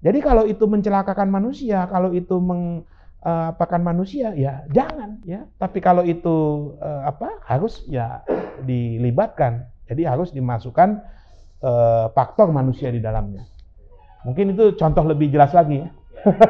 Jadi kalau itu mencelakakan manusia, kalau itu apakan manusia, ya jangan ya. Tapi kalau itu harus ya dilibatkan. Jadi harus dimasukkan faktor manusia di dalamnya. Mungkin itu contoh lebih jelas lagi ya.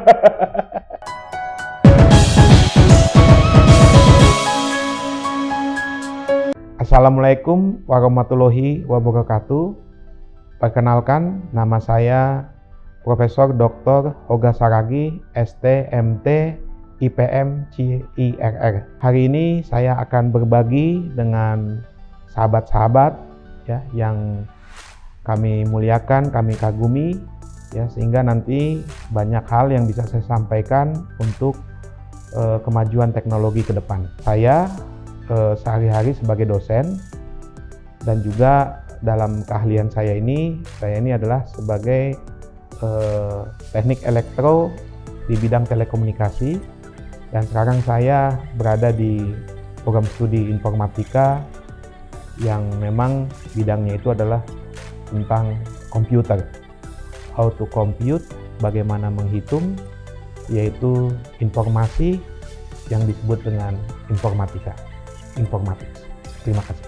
Assalamualaikum warahmatullahi wabarakatuh. Perkenalkan, nama saya Profesor Dr. Hoga Saragi, ST.MT, IPM, CIRR. Hari ini saya akan berbagi dengan sahabat-sahabat ya yang kami muliakan, kami kagumi ya, sehingga nanti banyak hal yang bisa saya sampaikan untuk kemajuan teknologi ke depan. Saya sehari-hari sebagai dosen dan juga dalam keahlian saya ini adalah sebagai teknik elektro di bidang telekomunikasi, dan sekarang saya berada di program studi informatika yang memang bidangnya itu adalah tentang komputer, how to compute, bagaimana menghitung, yaitu informasi yang disebut dengan informatika, informatics. Terima kasih.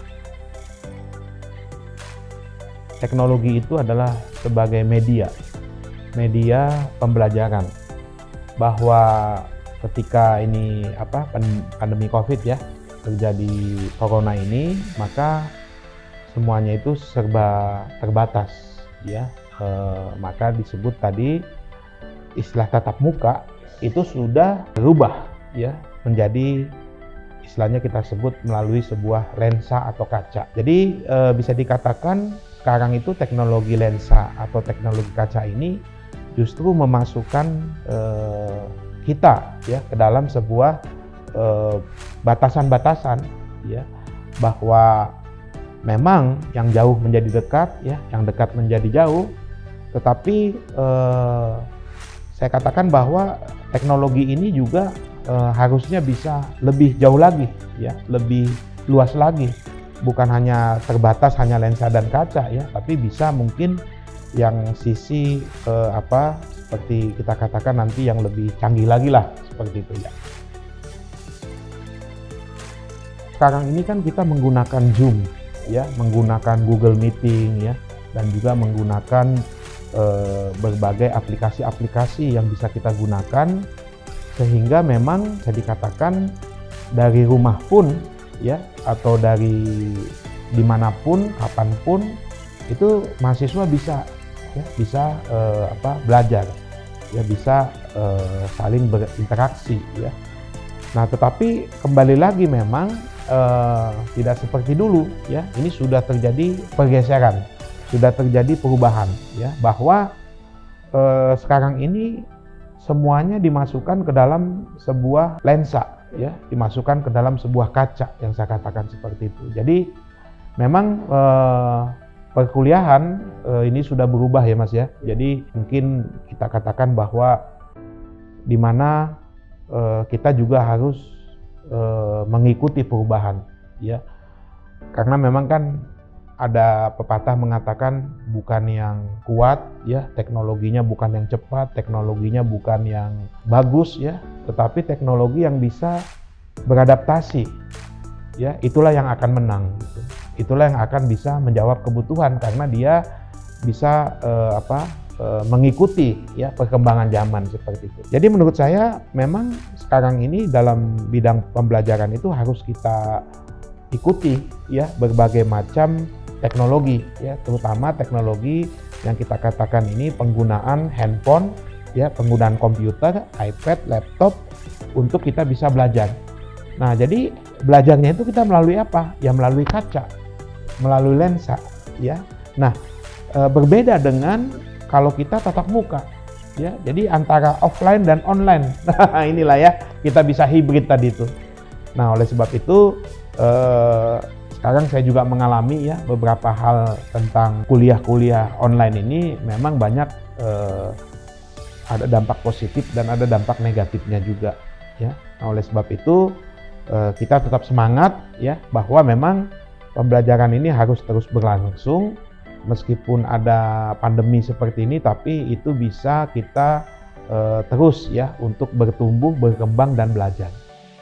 Teknologi itu adalah sebagai media pembelajaran, bahwa ketika ini pandemi COVID ya, terjadi corona ini, maka semuanya itu serba terbatas ya. Maka disebut tadi istilah tatap muka itu sudah berubah ya menjadi istilahnya kita sebut melalui sebuah lensa atau kaca. Jadi bisa dikatakan sekarang itu teknologi lensa atau teknologi kaca ini justru memasukkan kita ya ke dalam sebuah batasan-batasan ya, bahwa memang yang jauh menjadi dekat ya, yang dekat menjadi jauh, tetapi saya katakan bahwa teknologi ini juga harusnya bisa lebih jauh lagi ya, lebih luas lagi, bukan hanya terbatas hanya lensa dan kaca ya, tapi bisa mungkin yang sisi seperti kita katakan nanti yang lebih canggih lagi lah, seperti itu ya. Sekarang ini kan kita menggunakan Zoom ya, menggunakan Google Meeting ya, dan juga menggunakan berbagai aplikasi-aplikasi yang bisa kita gunakan, sehingga memang bisa dikatakan dari rumah pun ya, atau dari dimanapun, kapanpun, itu mahasiswa bisa ya, bisa belajar ya, bisa saling berinteraksi ya. Nah, tetapi kembali lagi memang tidak seperti dulu ya. Ini sudah terjadi pergeseran, sudah terjadi perubahan ya, bahwa sekarang ini semuanya dimasukkan ke dalam sebuah lensa ya, dimasukkan ke dalam sebuah kaca yang saya katakan seperti itu. Jadi memang perkuliahan ini sudah berubah ya Mas ya. Jadi mungkin kita katakan bahwa di mana kita juga harus mengikuti perubahan ya. Karena memang kan ada pepatah mengatakan bukan yang kuat ya, teknologinya bukan yang cepat, teknologinya bukan yang bagus ya, tetapi teknologi yang bisa beradaptasi ya, itulah yang akan menang gitu. Itulah yang akan bisa menjawab kebutuhan, karena dia bisa mengikuti ya perkembangan zaman seperti itu. Jadi menurut saya memang sekarang ini dalam bidang pembelajaran itu harus kita ikuti ya berbagai macam teknologi ya, terutama teknologi yang kita katakan ini penggunaan handphone ya, penggunaan komputer, iPad, laptop untuk kita bisa belajar. Nah, jadi belajarnya itu kita melalui apa? Ya melalui kaca, melalui lensa ya. Nah, berbeda dengan kalau kita tatap muka ya. Jadi antara offline dan online. Nah, inilah ya, kita bisa hibrid tadi itu. Nah, oleh sebab itu sekarang saya juga mengalami ya beberapa hal tentang kuliah-kuliah online ini, memang banyak ada dampak positif dan ada dampak negatifnya juga ya. Nah, oleh sebab itu kita tetap semangat ya, bahwa memang pembelajaran ini harus terus berlangsung meskipun ada pandemi seperti ini, tapi itu bisa kita terus ya untuk bertumbuh, berkembang dan belajar.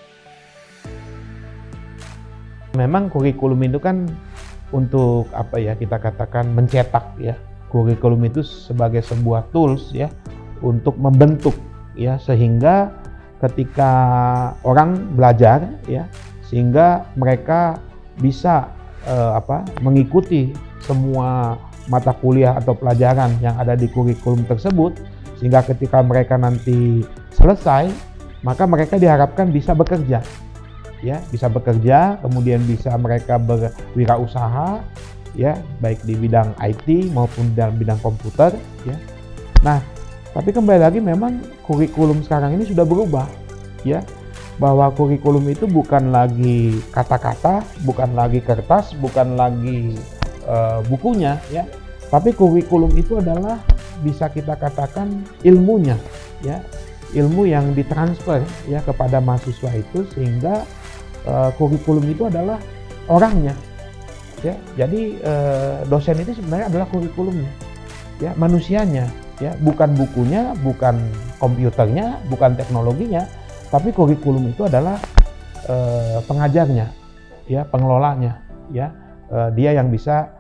Memang kurikulum itu kan untuk apa ya, kita katakan mencetak ya. Kurikulum itu sebagai sebuah tools ya untuk membentuk ya, sehingga ketika orang belajar ya, sehingga mereka bisa mengikuti semua mata kuliah atau pelajaran yang ada di kurikulum tersebut, sehingga ketika mereka nanti selesai, maka mereka diharapkan bisa bekerja ya, bisa bekerja, kemudian bisa mereka berwirausaha ya, baik di bidang IT maupun dalam bidang komputer ya. Nah, tapi kembali lagi memang kurikulum sekarang ini sudah berubah ya, bahwa kurikulum itu bukan lagi kata-kata, bukan lagi kertas, bukan lagi bukunya ya, tapi kurikulum itu adalah bisa kita katakan ilmunya ya, ilmu yang ditransfer ya kepada mahasiswa itu, sehingga kurikulum itu adalah orangnya ya. Jadi dosen itu sebenarnya adalah kurikulumnya ya, manusianya ya, bukan bukunya, bukan komputernya, bukan teknologinya, tapi kurikulum itu adalah pengajarnya ya, pengelolanya ya. Dia yang bisa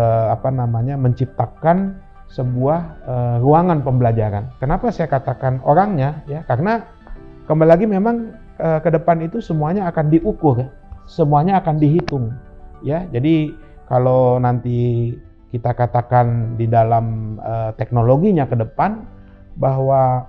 menciptakan sebuah ruangan pembelajaran. Kenapa saya katakan orangnya ya, karena kembali lagi memang ke depan itu semuanya akan diukur, semuanya akan dihitung ya. Jadi kalau nanti kita katakan di dalam teknologinya ke depan bahwa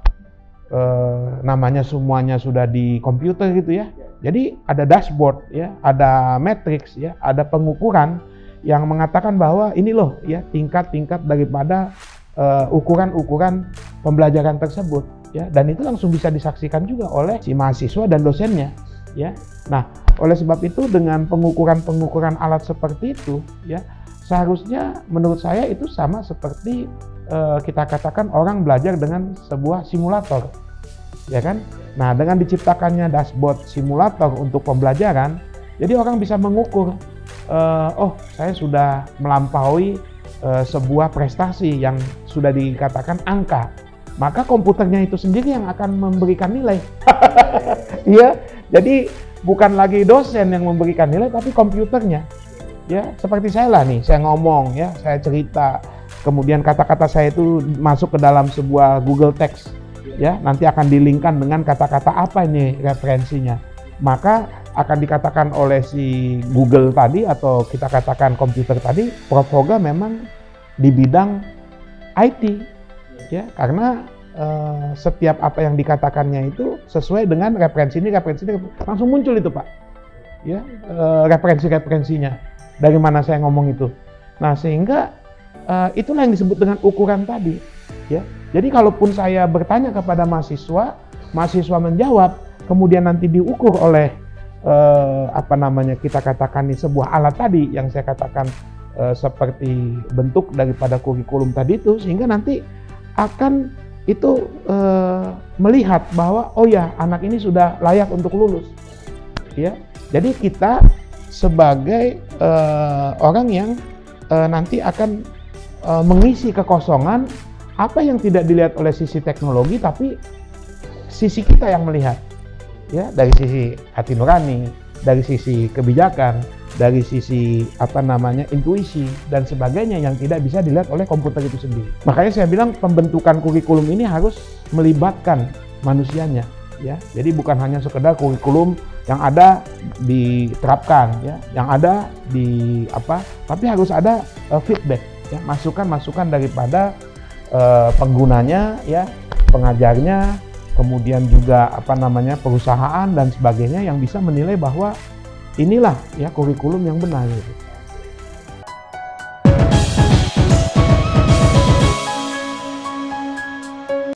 namanya semuanya sudah di komputer gitu ya. Jadi ada dashboard ya, ada matriks ya, ada pengukuran yang mengatakan bahwa ini loh ya tingkat-tingkat daripada ukuran-ukuran pembelajaran tersebut ya, dan itu langsung bisa disaksikan juga oleh si mahasiswa dan dosennya ya. Nah, oleh sebab itu dengan pengukuran-pengukuran alat seperti itu ya, seharusnya menurut saya itu sama seperti kita katakan orang belajar dengan sebuah simulator ya kan. Nah, dengan diciptakannya dashboard simulator untuk pembelajaran, jadi orang bisa mengukur oh, saya sudah melampaui sebuah prestasi yang sudah dikatakan angka, maka komputernya itu sendiri yang akan memberikan nilai. Iya, jadi bukan lagi dosen yang memberikan nilai, tapi komputernya. Ya, seperti saya lah nih, saya ngomong ya, saya cerita, kemudian kata-kata saya itu masuk ke dalam sebuah Google Text ya, nanti akan dilingkan dengan kata-kata apa ini referensinya, maka akan dikatakan oleh si Google tadi atau kita katakan komputer tadi, Prof. Hoga memang di bidang IT ya, karena setiap apa yang dikatakannya itu sesuai dengan referensi ini langsung muncul itu Pak ya, referensinya dari mana saya ngomong itu. Nah, sehingga itulah yang disebut dengan ukuran tadi ya. Jadi kalaupun saya bertanya kepada mahasiswa menjawab, kemudian nanti diukur oleh kita katakan ini sebuah alat tadi yang saya katakan seperti bentuk daripada kurikulum tadi itu, sehingga nanti akan itu melihat bahwa oh ya, anak ini sudah layak untuk lulus ya. Jadi kita sebagai orang yang nanti akan mengisi kekosongan apa yang tidak dilihat oleh sisi teknologi, tapi sisi kita yang melihat ya, dari sisi hati nurani, dari sisi kebijakan, dari sisi intuisi dan sebagainya yang tidak bisa dilihat oleh komputer itu sendiri. Makanya saya bilang pembentukan kurikulum ini harus melibatkan manusianya ya. Jadi bukan hanya sekedar kurikulum yang ada diterapkan ya, yang ada tapi harus ada feedback ya, masukan daripada penggunanya ya, pengajarnya, kemudian juga perusahaan dan sebagainya yang bisa menilai bahwa inilah ya kurikulum yang benar gitu.